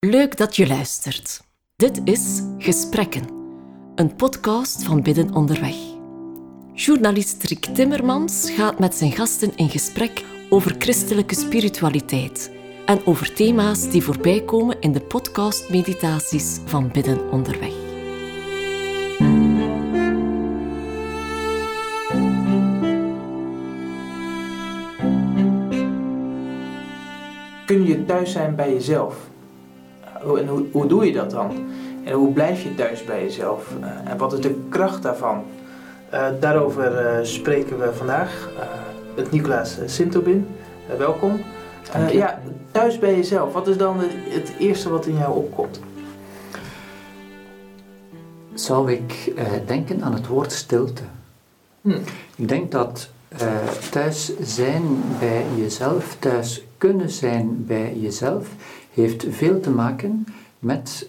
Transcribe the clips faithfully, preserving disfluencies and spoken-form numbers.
Leuk dat je luistert. Dit is Gesprekken, een podcast van Bidden Onderweg. Journalist Rick Timmermans gaat met zijn gasten in gesprek over christelijke spiritualiteit en over thema's die voorbij komen in de podcastmeditaties van Bidden Onderweg. Kun je thuis zijn bij jezelf? En hoe, hoe doe je dat dan? En hoe blijf je thuis bij jezelf? Uh, en wat is de kracht daarvan? Uh, daarover uh, spreken we vandaag uh, met Nicolaas Sintobin. Uh, welkom. Uh, ja, thuis bij jezelf. Wat is dan het eerste wat in jou opkomt? Zou ik uh, denken aan het woord stilte. Hm. Ik denk dat uh, thuis zijn bij jezelf, thuis kunnen zijn bij jezelf, heeft veel te maken met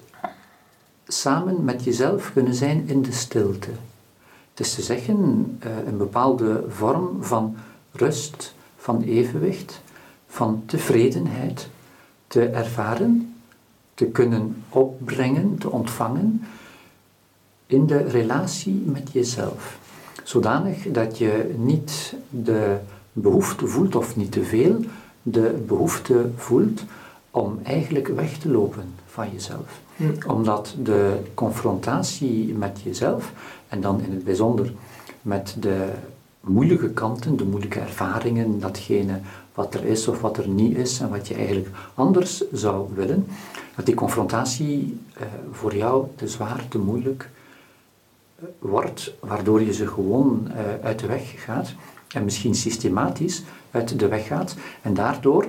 samen met jezelf kunnen zijn in de stilte. Het is te zeggen, uh, een bepaalde vorm van rust, van evenwicht, van tevredenheid te ervaren, te kunnen opbrengen, te ontvangen in de relatie met jezelf. Zodanig dat je niet de behoefte voelt, of niet te veel, de behoefte voelt om eigenlijk weg te lopen van jezelf. Hm. Omdat de confrontatie met jezelf, en dan in het bijzonder met de moeilijke kanten, de moeilijke ervaringen, datgene wat er is of wat er niet is en wat je eigenlijk anders zou willen, dat die confrontatie uh, voor jou te zwaar, te moeilijk uh, wordt, waardoor je ze gewoon uh, uit de weg gaat en misschien systematisch uit de weg gaat en daardoor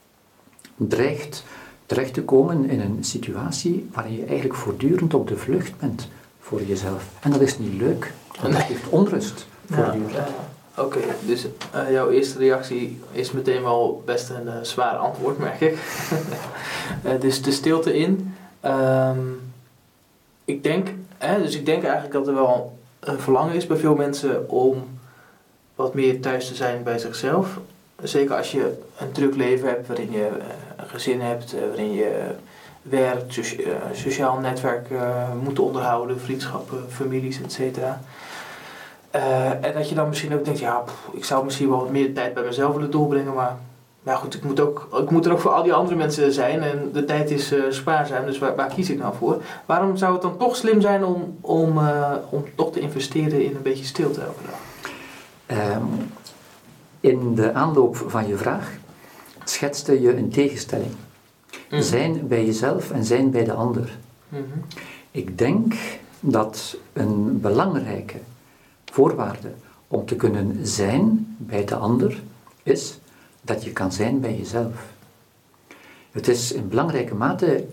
dreigt terecht te komen in een situatie waarin je eigenlijk voortdurend op de vlucht bent voor jezelf. En dat is niet leuk, want dat geeft onrust voortdurend. Ja, uh, Oké, okay, dus uh, jouw eerste reactie is meteen wel best een uh, zwaar antwoord, merk ik. uh, dus de stilte in. Um, ik denk, hè, dus ik denk eigenlijk dat er wel een verlangen is bij veel mensen om wat meer thuis te zijn bij zichzelf. Zeker als je een druk leven hebt waarin je uh, een gezin hebt, uh, waarin je werkt, socia- uh, sociaal netwerk uh, moet onderhouden, vriendschappen, families, et cetera. Uh, en dat je dan misschien ook denkt, ja, pff, ik zou misschien wel wat meer tijd bij mezelf willen doorbrengen, maar ja, goed, ik moet, ook, ik moet er ook voor al die andere mensen zijn en de tijd is uh, spaarzaam, dus waar, waar kies ik nou voor? Waarom zou het dan toch slim zijn om, om, uh, om toch te investeren in een beetje stilte elke dag? Um. In de aanloop van je vraag schetste je een tegenstelling. Mm-hmm. Zijn bij jezelf en zijn bij de ander. Mm-hmm. Ik denk dat een belangrijke voorwaarde om te kunnen zijn bij de ander is dat je kan zijn bij jezelf. Het is in belangrijke mate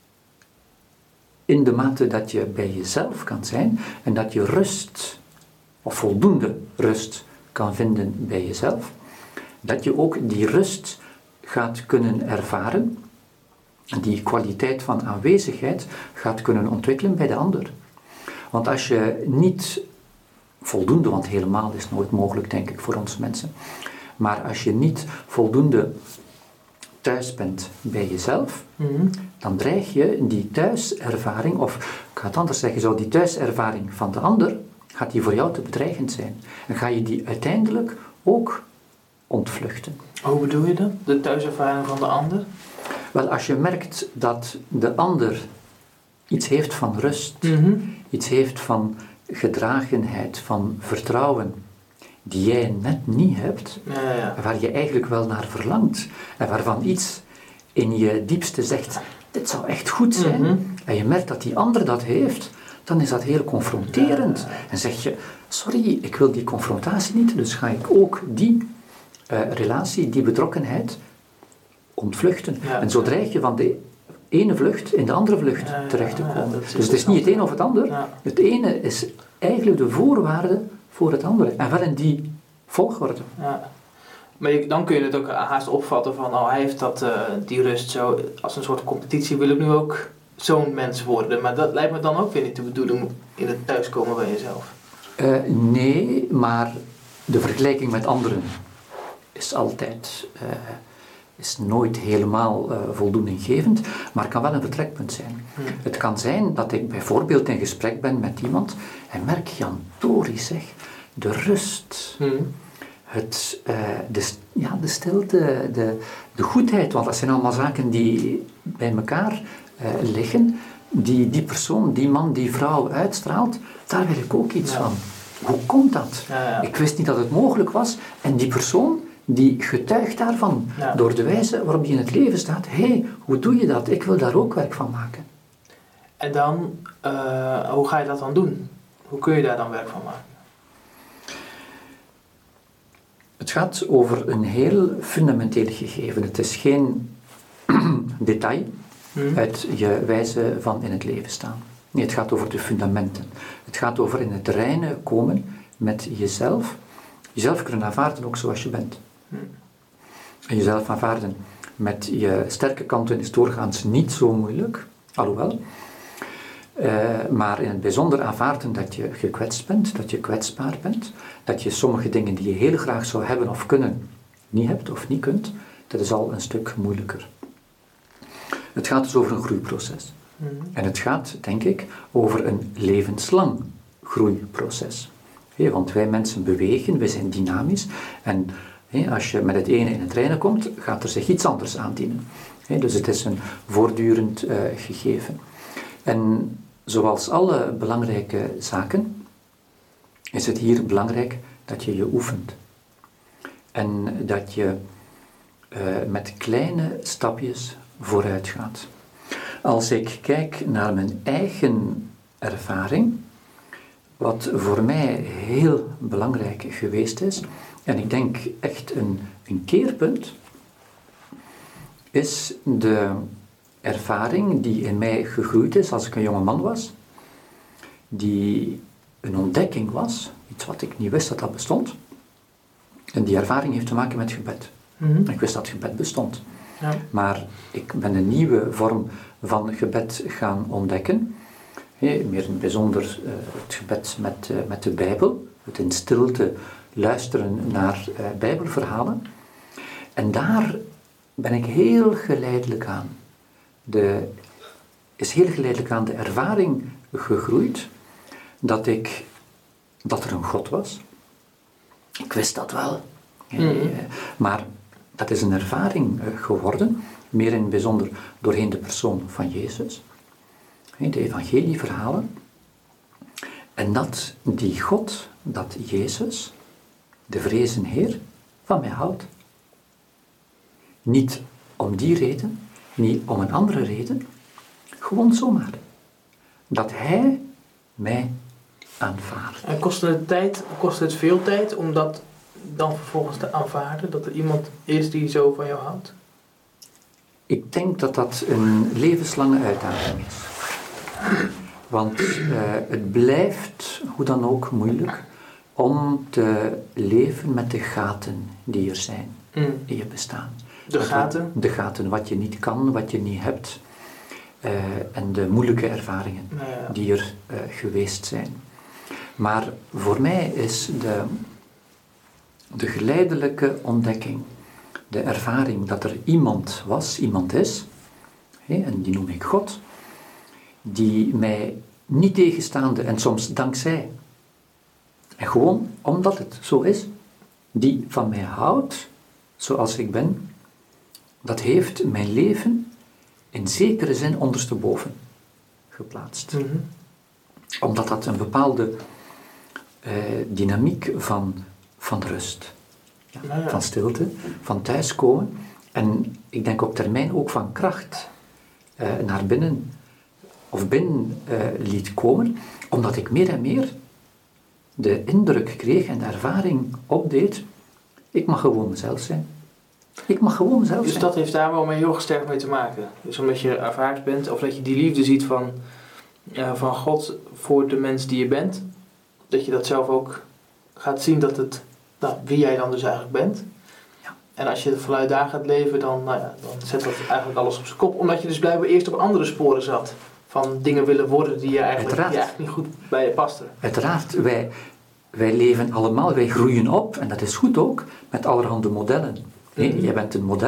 in de mate dat je bij jezelf kan zijn en dat je rust, of voldoende rust, kan vinden bij jezelf, dat je ook die rust gaat kunnen ervaren, die kwaliteit van aanwezigheid gaat kunnen ontwikkelen bij de ander. Want als je niet voldoende, want helemaal is nooit mogelijk, denk ik, voor ons mensen, maar als je niet voldoende thuis bent bij jezelf, mm-hmm. dan dreig je die thuiservaring, of ik ga het anders zeggen, zou die thuiservaring van de ander, gaat die voor jou te bedreigend zijn. En ga je die uiteindelijk ook ontvluchten. Hoe bedoel je dat? De thuiservaring van de ander? Wel, als je merkt dat de ander iets heeft van rust, mm-hmm. iets heeft van gedragenheid, van vertrouwen, die jij net niet hebt, ja, ja. waar je eigenlijk wel naar verlangt, en waarvan iets in je diepste zegt, dit zou echt goed zijn, mm-hmm. en je merkt dat die ander dat heeft, dan is dat heel confronterend. Ja, ja. En zeg je, sorry, ik wil die confrontatie niet, dus ga ik ook die uh, relatie, die betrokkenheid ontvluchten. Ja, en zo dreig je van de ene vlucht in de andere vlucht ja, ja, terecht te komen. Ja, dus het is niet het een of het ander. Ja. Het ene is eigenlijk de voorwaarde voor het andere. En wel in die volgorde. Ja. Maar je, dan kun je het ook haast opvatten van, oh, hij heeft dat, uh, die rust zo, als een soort competitie wil ik nu ook zo'n mens worden. Maar dat lijkt me dan ook weer niet de bedoeling in het thuiskomen bij jezelf. Uh, nee, maar de vergelijking met anderen is altijd uh, is nooit helemaal uh, voldoeninggevend, maar kan wel een vertrekpunt zijn. Hmm. Het kan zijn dat ik bijvoorbeeld in gesprek ben met iemand en merk, Jan Tori, zeg, de rust, hmm. het, uh, de, ja, de stilte, de, de goedheid, want dat zijn allemaal zaken die bij elkaar uh, liggen, die die persoon, die man, die vrouw uitstraalt, daar wil ik ook iets ja. van. Hoe komt dat? Ja, ja. Ik wist niet dat het mogelijk was en die persoon die getuigt daarvan, ja. door de wijze waarop die in het leven staat. Hé, hey, hoe doe je dat? Ik wil daar ook werk van maken. En dan, uh, hoe ga je dat dan doen? Hoe kun je daar dan werk van maken? Het gaat over een heel fundamenteel gegeven. Het is geen detail hmm. uit je wijze van in het leven staan. Nee, het gaat over de fundamenten. Het gaat over in het reine komen met jezelf. Jezelf kunnen aanvaarden ook zoals je bent. En jezelf aanvaarden met je sterke kanten is doorgaans niet zo moeilijk, alhoewel. Uh, maar in het bijzonder aanvaarden dat je gekwetst bent, dat je kwetsbaar bent, dat je sommige dingen die je heel graag zou hebben of kunnen, niet hebt of niet kunt, dat is al een stuk moeilijker. Het gaat dus over een groeiproces. Mm-hmm. En het gaat, denk ik, over een levenslang groeiproces. He, want wij mensen bewegen, wij zijn dynamisch en he, als je met het ene in het reine komt, gaat er zich iets anders aandienen. He, dus het is een voortdurend uh, gegeven. En zoals alle belangrijke zaken, is het hier belangrijk dat je je oefent. En dat je uh, met kleine stapjes vooruit gaat. Als ik kijk naar mijn eigen ervaring, wat voor mij heel belangrijk geweest is, en ik denk echt een, een keerpunt, is de ervaring die in mij gegroeid is als ik een jonge man was, die een ontdekking was, iets wat ik niet wist dat dat bestond. En die ervaring heeft te maken met gebed. Mm-hmm. Ik wist dat gebed bestond. Ja. Maar ik ben een nieuwe vorm van gebed gaan ontdekken. He, meer in het bijzonder uh, het gebed met, uh, met de Bijbel. Het in stilte luisteren naar uh, Bijbelverhalen. En daar ben ik heel geleidelijk aan. De, is heel geleidelijk aan de ervaring gegroeid dat ik, dat er een God was. Ik wist dat wel. Mm-hmm. uh, maar dat is een ervaring uh, geworden, meer in het bijzonder doorheen de persoon van Jezus. De evangelieverhalen. En dat die God, dat Jezus, de vrezen Heer, van mij houdt. Niet om die reden, niet om een andere reden, gewoon zomaar. Dat Hij mij aanvaardt. En kost het tijd, kost het veel tijd om dat dan vervolgens te aanvaarden? Dat er iemand is die zo van jou houdt? Ik denk dat dat een levenslange uitdaging is. Want uh, het blijft, hoe dan ook, moeilijk om te leven met de gaten die er zijn mm. in je bestaan. De met gaten? Wat, de gaten, wat je niet kan, wat je niet hebt. Uh, en de moeilijke ervaringen nou ja. die er uh, geweest zijn. Maar voor mij is de, de geleidelijke ontdekking, de ervaring dat er iemand was, iemand is, hè, en die noem ik God, die mij niet tegenstaande en soms dankzij, en gewoon omdat het zo is, die van mij houdt zoals ik ben, dat heeft mijn leven in zekere zin ondersteboven geplaatst. Mm-hmm. Omdat dat een bepaalde uh, dynamiek van, van rust, ja, ja, ja. van stilte, van thuiskomen en ik denk op termijn ook van kracht uh, naar binnen of binnen uh, liet komen, omdat ik meer en meer de indruk kreeg en de ervaring opdeed, ik mag gewoon mezelf zijn. Ik mag gewoon mezelf dus zijn. Dus dat heeft daar wel mee heel sterk mee te maken. Dus omdat je ervaard bent, of dat je die liefde ziet van, uh, van God voor de mens die je bent, dat je dat zelf ook gaat zien dat het, nou, wie jij dan dus eigenlijk bent. Ja. En als je vanuit daar gaat leven, dan, nou ja, dan zet dat eigenlijk alles op zijn kop. Omdat je dus blijkbaar eerst op andere sporen zat. Van dingen willen worden die je eigenlijk, die eigenlijk niet goed bij je pasten. Uiteraard, wij, wij leven allemaal, wij groeien op, en dat is goed ook, met allerhande modellen. Nee, mm-hmm. Jij bent een model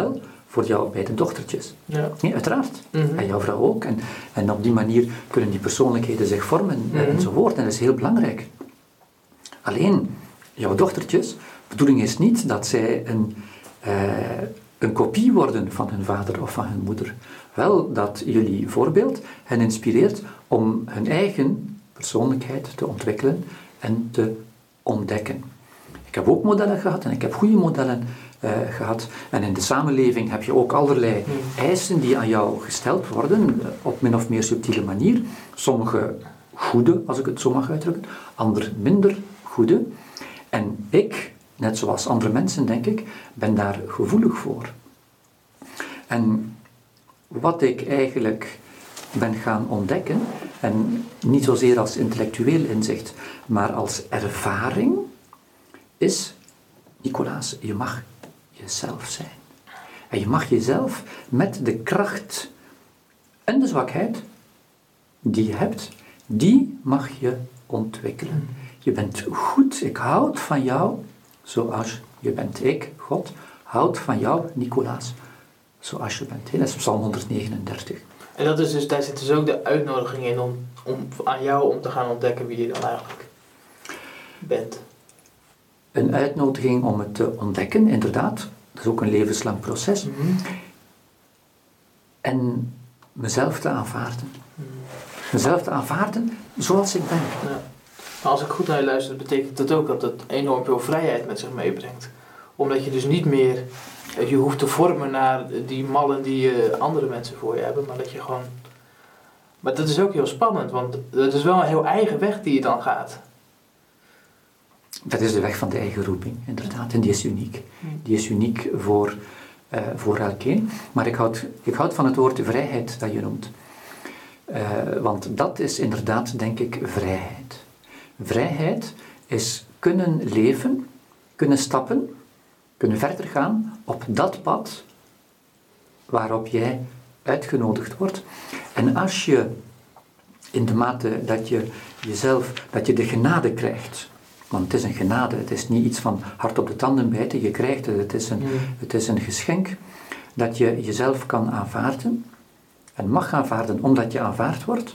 voor jouw beide dochtertjes. Ja. Nee, uiteraard. Mm-hmm. En jouw vrouw ook. En, en op die manier kunnen die persoonlijkheden zich vormen mm-hmm. enzovoort. En dat is heel belangrijk. Alleen, jouw dochtertjes, de bedoeling is niet dat zij een, uh, een kopie worden van hun vader of van hun moeder. Wel dat jullie voorbeeld hen inspireert om hun eigen persoonlijkheid te ontwikkelen en te ontdekken. Ik heb ook modellen gehad en ik heb goede modellen uh, gehad. En in de samenleving heb je ook allerlei eisen die aan jou gesteld worden, op min of meer subtiele manier. Sommige goede, als ik het zo mag uitdrukken, andere minder goede. En ik, net zoals andere mensen denk ik, ben daar gevoelig voor. En wat ik eigenlijk ben gaan ontdekken, en niet zozeer als intellectueel inzicht, maar als ervaring, is, Nicolaas, je mag jezelf zijn. En je mag jezelf met de kracht en de zwakheid die je hebt, die mag je ontwikkelen. Je bent goed, ik houd van jou zoals je bent. Ik, God, houd van jou, Nicolaas, zoals je bent. Dat is Psalm honderdnegenendertig. En dat is dus, daar zit dus ook de uitnodiging in om, om aan jou om te gaan ontdekken wie je dan eigenlijk bent. Een uitnodiging om het te ontdekken, inderdaad. Dat is ook een levenslang proces. Mm-hmm. En mezelf te aanvaarden. Mm-hmm. Mezelf te aanvaarden zoals ik ben. Ja. Maar als ik goed naar je luister, betekent dat ook dat het enorm veel vrijheid met zich meebrengt. Omdat je dus niet meer je hoeft te vormen naar die mallen die uh, andere mensen voor je hebben, maar dat je gewoon... Maar dat is ook heel spannend, want het is wel een heel eigen weg die je dan gaat. Dat is de weg van de eigen roeping, inderdaad. En die is uniek. Die is uniek voor, uh, voor elkeen. Maar ik houd, ik houd van het woord vrijheid dat je noemt. Uh, want dat is inderdaad, denk ik, vrijheid. Vrijheid is kunnen leven, kunnen stappen, kunnen verder gaan op dat pad waarop jij uitgenodigd wordt. En als je in de mate dat je jezelf, dat je de genade krijgt, want het is een genade, het is niet iets van hard op de tanden bijten, je krijgt het, het is een, mm. het is een geschenk, dat je jezelf kan aanvaarden en mag aanvaarden omdat je aanvaard wordt,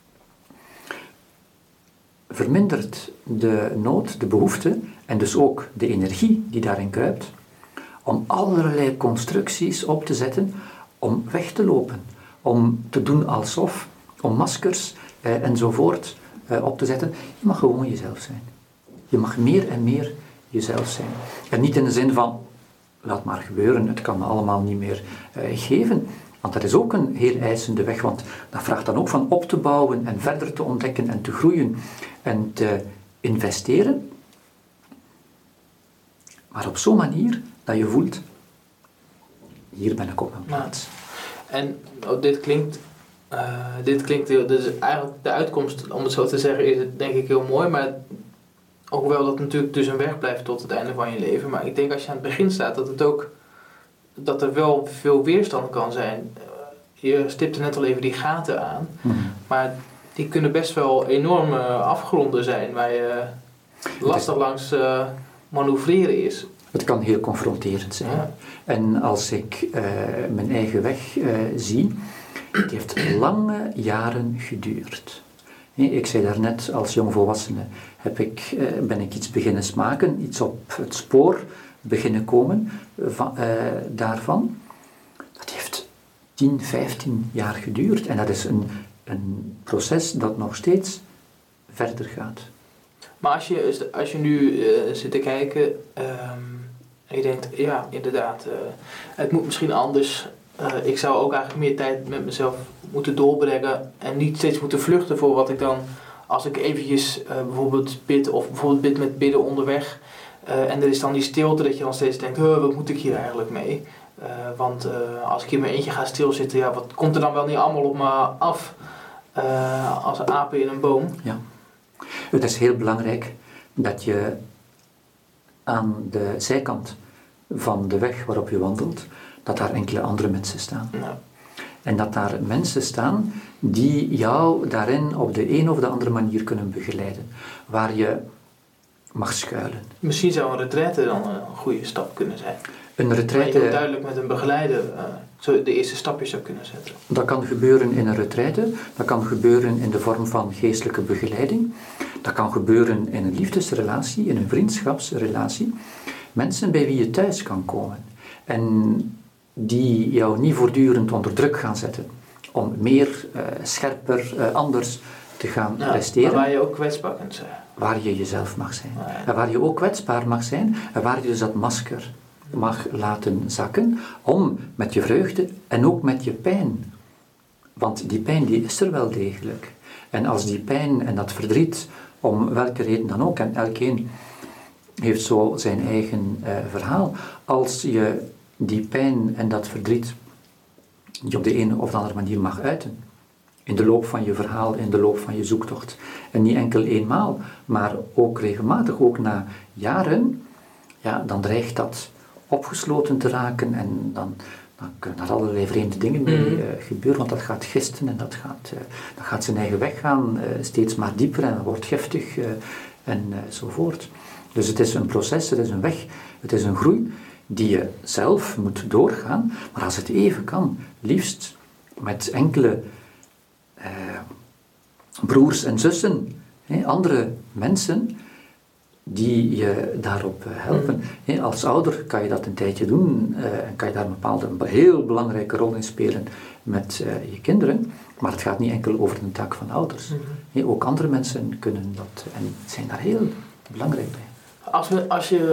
vermindert de nood, de behoefte en dus ook de energie die daarin kruipt, om allerlei constructies op te zetten om weg te lopen, om te doen alsof, om maskers eh, enzovoort eh, op te zetten. Je mag gewoon jezelf zijn. Je mag meer en meer jezelf zijn. En niet in de zin van, laat maar gebeuren, het kan me allemaal niet meer eh, geven. Want dat is ook een heel eisende weg, want dat vraagt dan ook van op te bouwen en verder te ontdekken en te groeien en te investeren. Maar op zo'n manier dat je voelt, hier ben ik op mijn plaats. En oh, dit klinkt, uh, dit klinkt heel, dus eigenlijk de uitkomst, om het zo te zeggen, is het denk ik heel mooi, maar ook wel dat het natuurlijk dus een weg blijft tot het einde van je leven. Maar ik denk als je aan het begin staat, dat het ook, dat er wel veel weerstand kan zijn. Je stipte net al even die gaten aan, mm-hmm. maar die kunnen best wel enorme afgronden zijn waar je lastig is, langs uh, manoeuvreren is. Het kan heel confronterend zijn. Ja. En als ik uh, mijn eigen weg uh, zie, het heeft lange jaren geduurd. Nee, ik zei daarnet, als jongvolwassene heb ik, uh, ben ik iets beginnen smaken, iets op het spoor beginnen komen van, uh, daarvan. Dat heeft tien, vijftien jaar geduurd en dat is een, een proces dat nog steeds verder gaat. Maar als je, als je nu uh, zit te kijken um, en je denkt, ja inderdaad, uh, het moet misschien anders. Uh, ik zou ook eigenlijk meer tijd met mezelf moeten doorbrengen en niet steeds moeten vluchten voor wat ik dan, als ik eventjes uh, bijvoorbeeld bid of bijvoorbeeld bid met bidden onderweg uh, en er is dan die stilte dat je dan steeds denkt, huh, wat moet ik hier eigenlijk mee? Uh, want uh, als ik in mijn eentje ga stilzitten, ja, wat komt er dan wel niet allemaal op me af uh, als apen in een boom? Ja. Het is heel belangrijk dat je aan de zijkant van de weg waarop je wandelt, dat daar enkele andere mensen staan. Ja. En dat daar mensen staan die jou daarin op de een of de andere manier kunnen begeleiden. Waar je mag schuilen. Misschien zou een retraite dan een goede stap kunnen zijn. Een retraite... waar je heel duidelijk met een begeleider uh, zo de eerste stapjes zou kunnen zetten. Dat kan gebeuren in een retraite, dat kan gebeuren in de vorm van geestelijke begeleiding, dat kan gebeuren in een liefdesrelatie, in een vriendschapsrelatie. Mensen bij wie je thuis kan komen en die jou niet voortdurend onder druk gaan zetten om meer, uh, scherper, uh, anders te gaan ja, presteren. Maar waar je ook kwetsbaar kunt zijn. Waar je jezelf mag zijn. Ja, ja. En waar je ook kwetsbaar mag zijn en waar je dus dat masker mag laten zakken om met je vreugde en ook met je pijn. Want die pijn die is er wel degelijk. En als die pijn en dat verdriet, om welke reden dan ook, en elkeen heeft zo zijn eigen uh, verhaal, als je die pijn en dat verdriet die op de ene of de andere manier mag uiten, in de loop van je verhaal, in de loop van je zoektocht, en niet enkel eenmaal, maar ook regelmatig, ook na jaren, ja, dan dreigt dat opgesloten te raken en dan, dan kunnen er allerlei vreemde dingen mee uh, gebeuren, want dat gaat gisten en dat gaat, uh, dat gaat zijn eigen weg gaan, uh, steeds maar dieper en wordt giftig uh, en uh, zovoort. Dus het is een proces, het is een weg, het is een groei die je zelf moet doorgaan, maar als het even kan, liefst met enkele uh, broers en zussen, hè, andere mensen die je daarop helpen. Mm. Als ouder kan je dat een tijdje doen uh, en kan je daar een bepaalde, een heel belangrijke rol in spelen met uh, je kinderen, maar het gaat niet enkel over de taak van ouders. Mm. Ook andere mensen kunnen dat en zijn daar heel belangrijk bij. Als, we, als je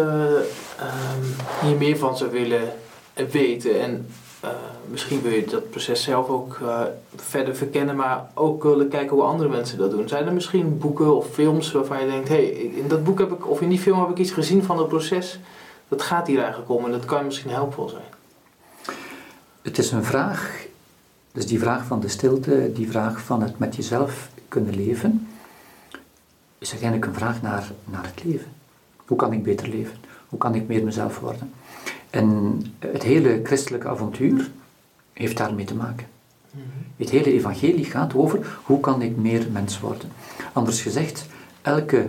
uh, hier meer van zou willen weten en uh, misschien wil je dat proces zelf ook uh, verder verkennen, maar ook willen kijken hoe andere mensen dat doen. Zijn er misschien boeken of films waarvan je denkt, hé, hey, in dat boek heb ik, of in die film heb ik iets gezien van het proces, dat gaat hier eigenlijk om en dat kan misschien helpvol zijn? Het is een vraag, dus die vraag van de stilte, die vraag van het met jezelf kunnen leven, is uiteindelijk een vraag naar, naar het leven. Hoe kan ik beter leven? Hoe kan ik meer mezelf worden? En het hele christelijke avontuur heeft daarmee te maken. Mm-hmm. Het hele evangelie gaat over hoe kan ik meer mens worden. Anders gezegd, elke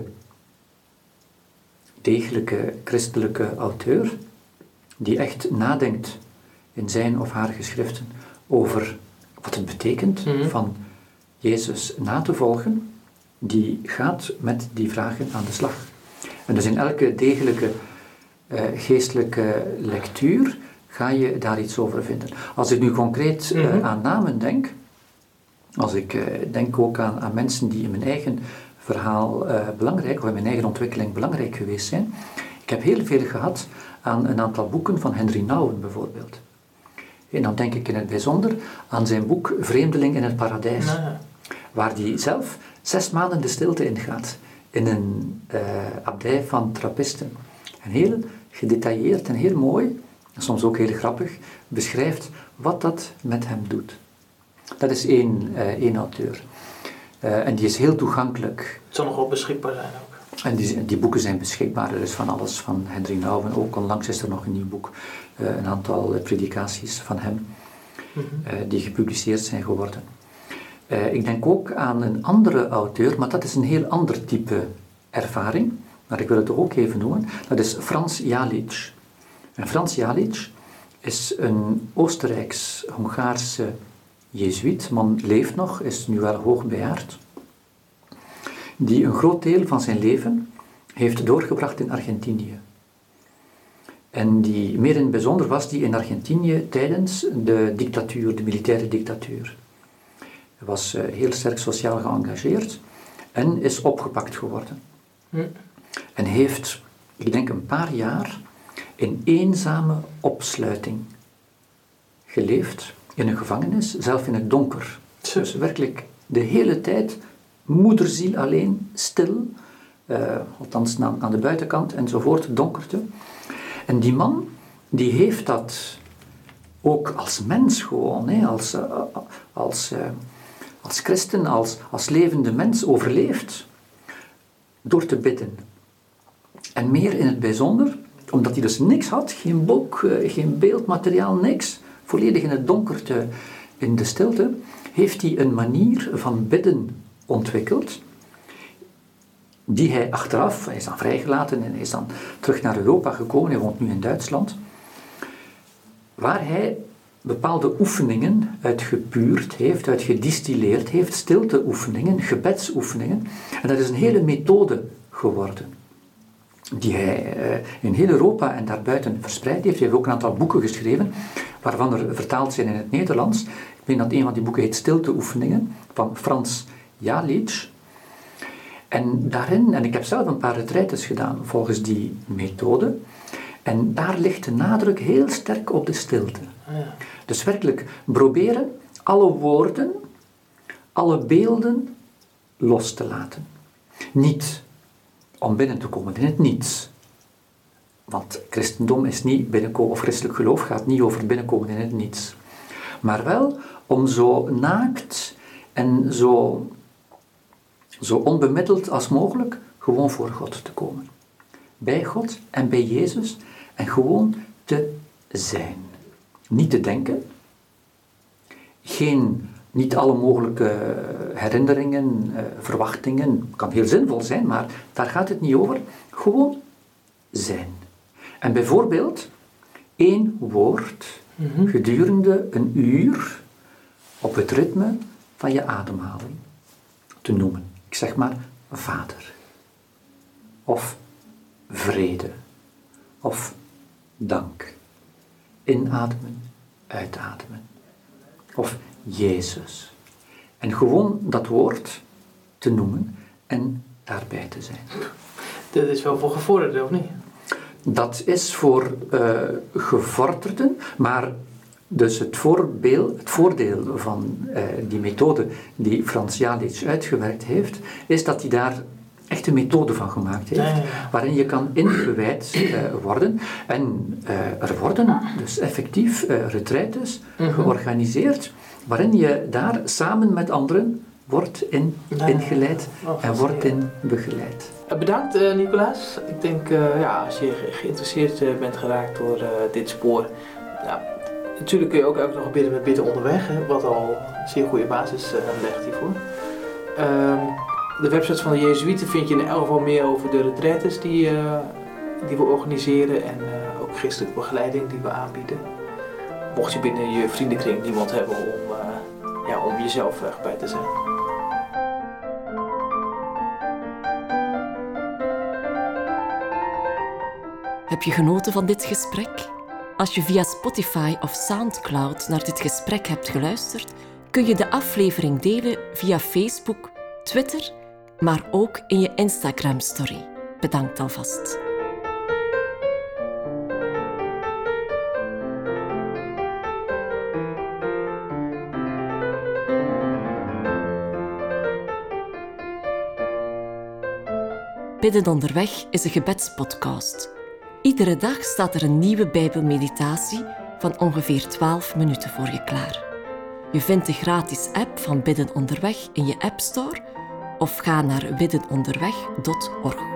degelijke christelijke auteur die echt nadenkt in zijn of haar geschriften over wat het betekent mm-hmm. van Jezus na te volgen, die gaat met die vragen aan de slag. En dus in elke degelijke uh, geestelijke lectuur ga je daar iets over vinden. Als ik nu concreet uh, mm-hmm. aan namen denk, als ik uh, denk ook aan, aan mensen die in mijn eigen verhaal uh, belangrijk, of in mijn eigen ontwikkeling belangrijk geweest zijn. Ik heb heel veel gehad aan een aantal boeken van Henry Nouwen bijvoorbeeld. En dan denk ik in het bijzonder aan zijn boek Vreemdeling in het Paradijs, nee. waar hij zelf zes maanden de stilte ingaat. In een uh, abdij van trappisten. En heel gedetailleerd en heel mooi, en soms ook heel grappig, beschrijft wat dat met hem doet. Dat is één, uh, één auteur. Uh, en die is heel toegankelijk. Het zal nog wel beschikbaar zijn ook. En die, die boeken zijn beschikbaar. Er is van alles van Henry Nouwen. Ook onlangs is er nog een nieuw boek. Uh, een aantal uh, predikaties van hem. Mm-hmm. Uh, die gepubliceerd zijn geworden. Uh, ik denk ook aan een andere auteur, maar dat is een heel ander type ervaring, maar ik wil het ook even noemen, dat is Franz Jalic. En Franz Jalic is een Oostenrijks-Hongaarse jezuïet, man leeft nog, is nu wel hoogbejaard, die een groot deel van zijn leven heeft doorgebracht in Argentinië. En die meer in het bijzonder was die in Argentinië tijdens de dictatuur, de militaire dictatuur. Hij was uh, heel sterk sociaal geëngageerd en is opgepakt geworden. Hm. En heeft, ik denk een paar jaar, in eenzame opsluiting geleefd in een gevangenis, zelf in het donker. Hm. Dus werkelijk de hele tijd moederziel alleen, stil, uh, althans aan, aan de buitenkant enzovoort, donkerte. En die man, die heeft dat ook als mens gewoon, hè, als... Uh, als uh, als christen, als, als levende mens overleeft door te bidden. En meer in het bijzonder, omdat hij dus niks had, geen boek, geen beeldmateriaal, niks, volledig in het donkerte, in de stilte, heeft hij een manier van bidden ontwikkeld, die hij achteraf, hij is dan vrijgelaten en hij is dan terug naar Europa gekomen, hij woont nu in Duitsland, waar hij bepaalde oefeningen uitgepuurd heeft, uitgedistilleerd heeft, stilteoefeningen, gebedsoefeningen. En dat is een hele methode geworden, die hij uh, in heel Europa en daarbuiten verspreid heeft. Hij heeft ook een aantal boeken geschreven, waarvan er vertaald zijn in het Nederlands. Ik weet dat een van die boeken heet Stilteoefeningen, van Frans Jalic. En daarin, en ik heb zelf een paar retraites gedaan volgens die methode, en daar ligt de nadruk heel sterk op de stilte. Ja. Dus werkelijk proberen alle woorden, alle beelden los te laten. Niet om binnen te komen in het niets. Want christendom is niet binnenkomen, of christelijk geloof gaat niet over binnenkomen in het niets. Maar wel om zo naakt en zo, zo onbemiddeld als mogelijk gewoon voor God te komen. Bij God en bij Jezus en gewoon te zijn. Niet te denken. Geen, niet alle mogelijke herinneringen, uh, verwachtingen. Kan heel zinvol zijn, maar daar gaat het niet over. Gewoon zijn. En bijvoorbeeld één woord mm-hmm. gedurende een uur op het ritme van je ademhaling te noemen. Ik zeg maar Vader. Of vrede. Of dank. Inademen, uitademen. Of Jezus. En gewoon dat woord te noemen en daarbij te zijn. Dat is wel voor gevorderden, of niet? Dat is voor uh, gevorderden, maar dus het, voorbeeld, het voordeel van uh, die methode die Frans Jalic uitgewerkt heeft, is dat hij daar echt een methode van gemaakt heeft, ja, ja, ja. waarin je kan ingewijd uh, worden. En uh, er worden dus effectief uh, retraites uh-huh. georganiseerd, waarin je daar samen met anderen wordt in, ja, ingeleid oh, en wordt in begeleid. Bedankt uh, Nicolaas. Ik denk, uh, ja, als je ge- geïnteresseerd uh, bent geraakt door uh, dit spoor, ja, natuurlijk kun je ook elke dag bidden met bidden onderweg, hè, wat al een zeer goede basis uh, legt hiervoor. Um, de websites van de Jezuïeten vind je in elk geval meer over de retraites die, uh, die we organiseren en uh, ook christelijke begeleiding die we aanbieden. Mocht je binnen je vriendenkring niemand hebben om, uh, ja, om jezelf uh, bij te zijn. Heb je genoten van dit gesprek? Als je via Spotify of Soundcloud naar dit gesprek hebt geluisterd, kun je de aflevering delen via Facebook, Twitter, maar ook in je Instagram-story. Bedankt alvast. Bidden onderweg is een gebedspodcast. Iedere dag staat er een nieuwe Bijbelmeditatie van ongeveer twaalf minuten voor je klaar. Je vindt de gratis app van Bidden onderweg in je App Store of ga naar biddenonderweg punt org.